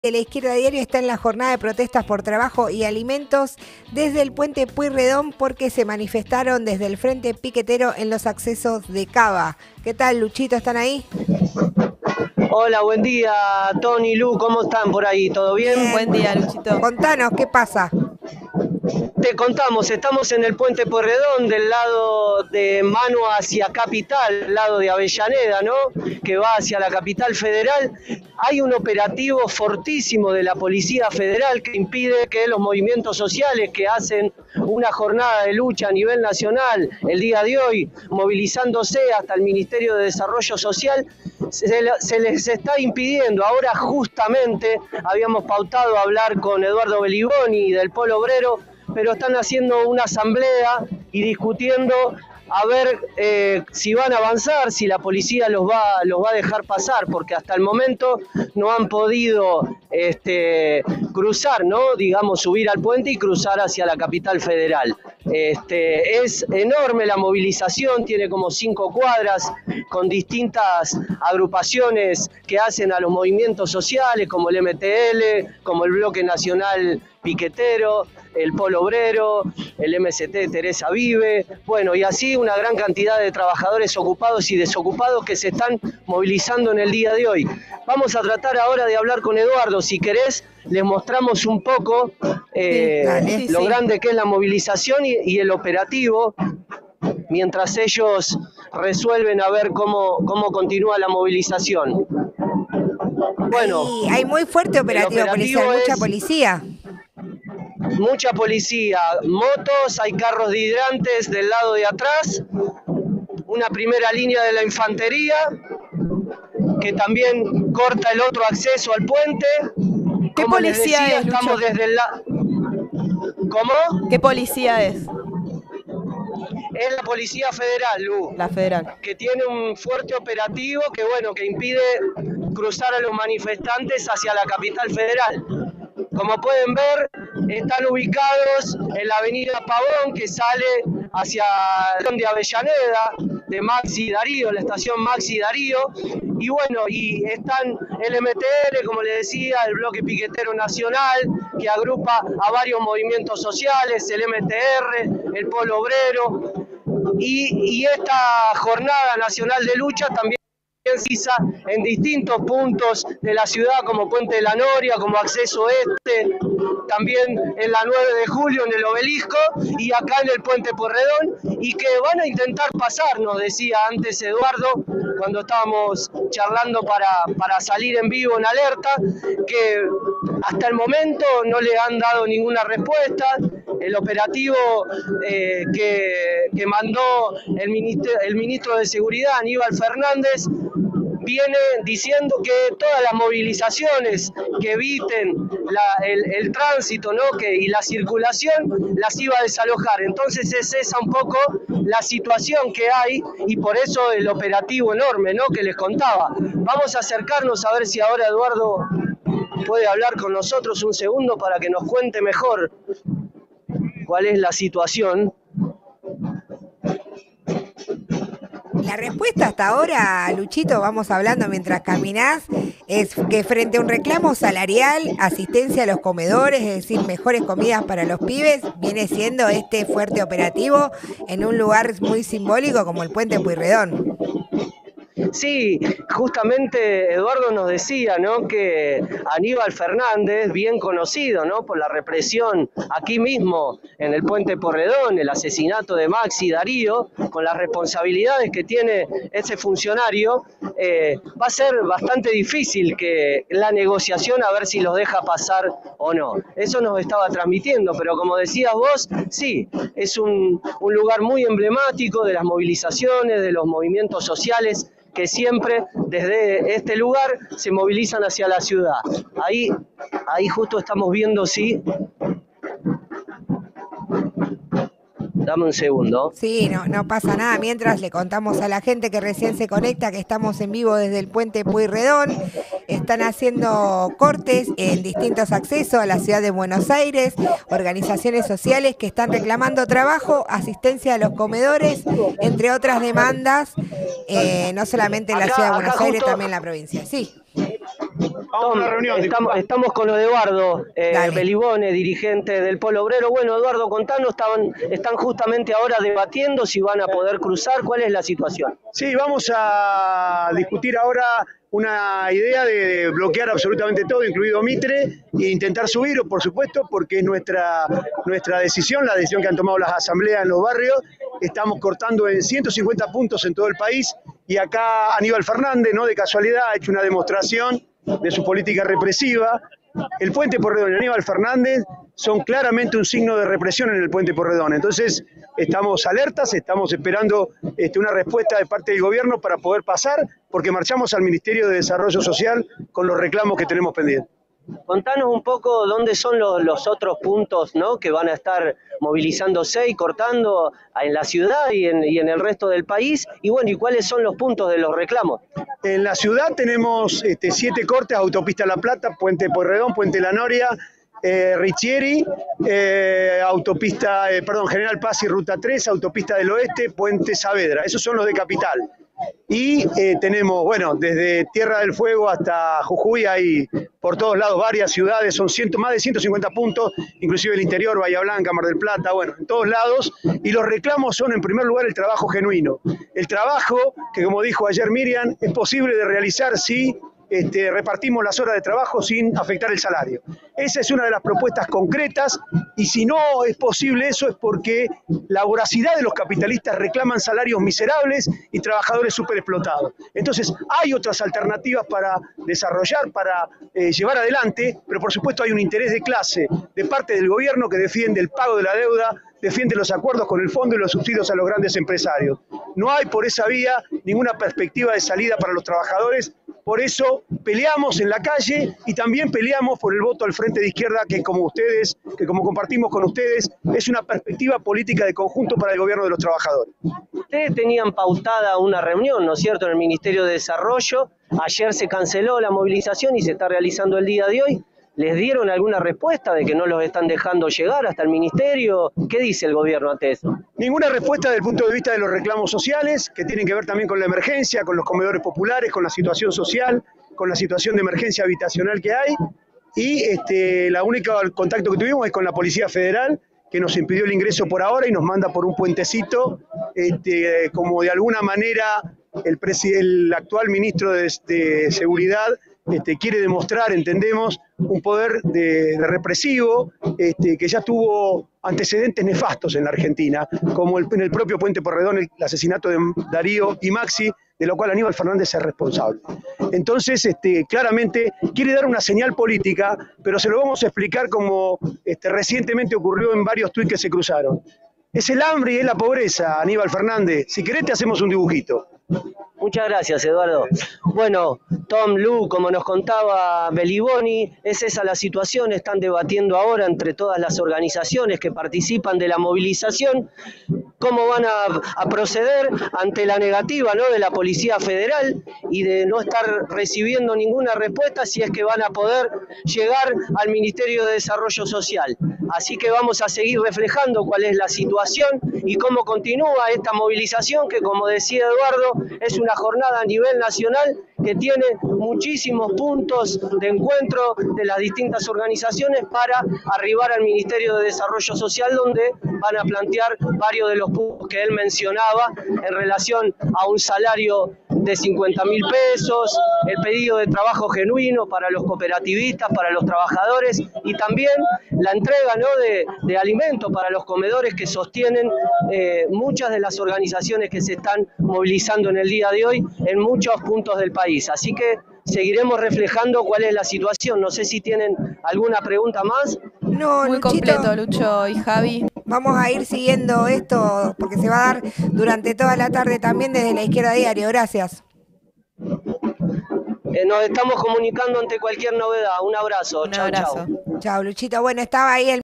De la Izquierda Diario está en la jornada de protestas por trabajo y alimentos desde el puente Pueyrredón porque se manifestaron desde el frente piquetero en los accesos de Cava. ¿Qué tal, Luchito? ¿Están ahí? Hola, buen día, Tony, Lu, ¿cómo están por ahí? ¿Todo bien? Bien. Buen día, Luchito. Contanos, ¿qué pasa? Te contamos, estamos en el puente Pueyrredón del lado de mano hacia Capital, el lado de Avellaneda, ¿no? Que va hacia la capital federal. Hay un operativo fortísimo de la Policía Federal que impide que los movimientos sociales que hacen una jornada de lucha a nivel nacional el día de hoy, movilizándose hasta el Ministerio de Desarrollo Social, se les está impidiendo. Ahora justamente habíamos pautado hablar con Eduardo Beliboni del Polo Obrero, pero están haciendo una asamblea y discutiendo a ver si van a avanzar, si la policía los va a dejar pasar, porque hasta el momento no han podido cruzar, ¿no? Digamos, subir al puente y cruzar hacia la capital federal. Es enorme la movilización, tiene como 5 cuadras con distintas agrupaciones que hacen a los movimientos sociales, como el MTL, como el Bloque Nacional Piquetero, el Polo Obrero, el MST Teresa Vive, bueno, y así una gran cantidad de trabajadores ocupados y desocupados que se están movilizando en el día de hoy. Vamos a tratar ahora de hablar con Eduardo, si querés, les mostramos un poco lo grande que es la movilización y el operativo, mientras ellos resuelven a ver cómo continúa la movilización. Bueno, hay muy fuerte operativo policial, mucha policía. Mucha policía, motos, hay carros de hidrantes del lado de atrás, una primera línea de la infantería que también corta el otro acceso al puente. ¿Qué Como les policía decía, es, Lucho? estamos desde el lado. ¿Cómo? ¿Qué policía es? Es la Policía Federal, Lu. La federal. Que tiene un fuerte operativo que impide cruzar a los manifestantes hacia la capital federal. Como pueden ver, están ubicados en la avenida Pavón, que sale hacia de Avellaneda, de Maxi Darío, la estación Maxi Darío. Y bueno, y están el MTL, como les decía, el Bloque Piquetero Nacional, que agrupa a varios movimientos sociales, el MTR, el Polo Obrero. Y esta jornada nacional de lucha también en distintos puntos de la ciudad, como Puente de la Noria, como Acceso Este, también en la 9 de julio en el Obelisco y acá en el Puente Pueyrredón, y que van a intentar pasar, nos decía antes Eduardo, cuando estábamos charlando para salir en vivo en alerta, que hasta el momento no le han dado ninguna respuesta. El operativo que mandó el ministro de Seguridad, Aníbal Fernández, viene diciendo que todas las movilizaciones que eviten el tránsito, ¿no? y la circulación las iba a desalojar. Entonces es esa un poco la situación que hay y por eso el operativo enorme, ¿no? que les contaba. Vamos a acercarnos a ver si ahora Eduardo puede hablar con nosotros un segundo para que nos cuente mejor cuál es la situación. La respuesta hasta ahora, Luchito, vamos hablando mientras caminás, es que frente a un reclamo salarial, asistencia a los comedores, es decir, mejores comidas para los pibes, viene siendo este fuerte operativo en un lugar muy simbólico como el Puente Pueyrredón. Sí, justamente Eduardo nos decía, ¿no? que Aníbal Fernández, bien conocido, ¿no? por la represión aquí mismo en el Puente Pueyrredón, el asesinato de Maxi Darío, con las responsabilidades que tiene ese funcionario, va a ser bastante difícil que la negociación a ver si los deja pasar o no. Eso nos estaba transmitiendo, pero como decías vos, sí, es un lugar muy emblemático de las movilizaciones, de los movimientos sociales, que siempre desde este lugar se movilizan hacia la ciudad. Ahí justo estamos viendo, sí. Dame un segundo. Sí, no pasa nada. Mientras le contamos a la gente que recién se conecta que estamos en vivo desde el Puente Pueyrredón. Están haciendo cortes en distintos accesos a la ciudad de Buenos Aires, organizaciones sociales que están reclamando trabajo, asistencia a los comedores, entre otras demandas, no solamente en la ciudad de Buenos Aires, también en la provincia. Sí. Vamos a una reunión. Estamos con Eduardo Dale. Belibone, dirigente del Polo Obrero. Bueno, Eduardo, contanos, están justamente ahora debatiendo si van a poder cruzar. ¿Cuál es la situación? Sí, vamos a discutir ahora una idea de bloquear absolutamente todo, incluido Mitre, e intentar subir, por supuesto, porque es nuestra decisión, la decisión que han tomado las asambleas en los barrios. Estamos cortando en 150 puntos en todo el país y acá Aníbal Fernández, no de casualidad, ha hecho una demostración de su política represiva. El Puente Porredón y Aníbal Fernández son claramente un signo de represión en el Puente Porredón. Entonces estamos alertas, estamos esperando una respuesta de parte del gobierno para poder pasar, porque marchamos al Ministerio de Desarrollo Social con los reclamos que tenemos pendientes. Contanos un poco dónde son los otros puntos, ¿no?, que van a estar movilizándose y cortando en la ciudad y en el resto del país, y bueno, y cuáles son los puntos de los reclamos. En la ciudad tenemos 7 cortes: Autopista La Plata, Puente Porredón, Puente La Noria, Richieri, General Paz y Ruta 3, Autopista del Oeste, Puente Saavedra. Esos son los de Capital. Y tenemos, bueno, desde Tierra del Fuego hasta Jujuy, hay por todos lados varias ciudades, son más de 150 puntos, inclusive el interior, Bahía Blanca, Mar del Plata, bueno, en todos lados. Y los reclamos son, en primer lugar, el trabajo genuino. El trabajo que, como dijo ayer Miriam, es posible de realizar si repartimos las horas de trabajo sin afectar el salario. Esa es una de las propuestas concretas, y si no es posible eso es porque la voracidad de los capitalistas reclaman salarios miserables y trabajadores superexplotados. Entonces hay otras alternativas para desarrollar, para llevar adelante, pero por supuesto hay un interés de clase de parte del gobierno que defiende el pago de la deuda, defiende los acuerdos con el fondo y los subsidios a los grandes empresarios. No hay por esa vía ninguna perspectiva de salida para los trabajadores. Por eso peleamos en la calle y también peleamos por el voto al Frente de Izquierda, que como compartimos con ustedes, es una perspectiva política de conjunto para el gobierno de los trabajadores. Ustedes tenían pautada una reunión, ¿no es cierto?, en el Ministerio de Desarrollo. Ayer se canceló la movilización y se está realizando el día de hoy. ¿Les dieron alguna respuesta de que no los están dejando llegar hasta el ministerio? ¿Qué dice el gobierno ante eso? Ninguna respuesta desde el punto de vista de los reclamos sociales, que tienen que ver también con la emergencia, con los comedores populares, con la situación social, con la situación de emergencia habitacional que hay. Y el único contacto que tuvimos es con la Policía Federal, que nos impidió el ingreso por ahora y nos manda por un puentecito, como de alguna manera el actual ministro de Seguridad quiere demostrar, entendemos, un poder de represivo que ya tuvo antecedentes nefastos en la Argentina, como en el propio Puente Porredón, el asesinato de Darío y Maxi, de lo cual Aníbal Fernández es responsable. Entonces, claramente quiere dar una señal política, pero se lo vamos a explicar como recientemente ocurrió en varios tuits que se cruzaron. Es el hambre y es la pobreza, Aníbal Fernández. Si querés te hacemos un dibujito. Muchas gracias, Eduardo. Bueno, Tom, Lu, como nos contaba Beliboni, es esa la situación. Están debatiendo ahora entre todas las organizaciones que participan de la movilización cómo van a proceder ante la negativa, ¿no?, de la Policía Federal y de no estar recibiendo ninguna respuesta si es que van a poder llegar al Ministerio de Desarrollo Social. Así que vamos a seguir reflejando cuál es la situación y cómo continúa esta movilización que, como decía Eduardo, es una jornada a nivel nacional que tiene muchísimos puntos de encuentro de las distintas organizaciones para arribar al Ministerio de Desarrollo Social, donde van a plantear varios de los puntos que él mencionaba en relación a un salario de 50.000 pesos, el pedido de trabajo genuino para los cooperativistas, para los trabajadores y también la entrega, ¿no?, de alimentos para los comedores que sostienen muchas de las organizaciones que se están movilizando en el día de hoy en muchos puntos del país. Así que seguiremos reflejando cuál es la situación. No sé si tienen alguna pregunta más. No, Muy Luchito, completo, Lucho y Javi. vamos a ir siguiendo esto porque se va a dar durante toda la tarde también desde La Izquierda Diario. Gracias. Nos estamos comunicando ante cualquier novedad. Un abrazo. Un Chau, abrazo. chau. Chao, Luchito. Bueno, estaba ahí el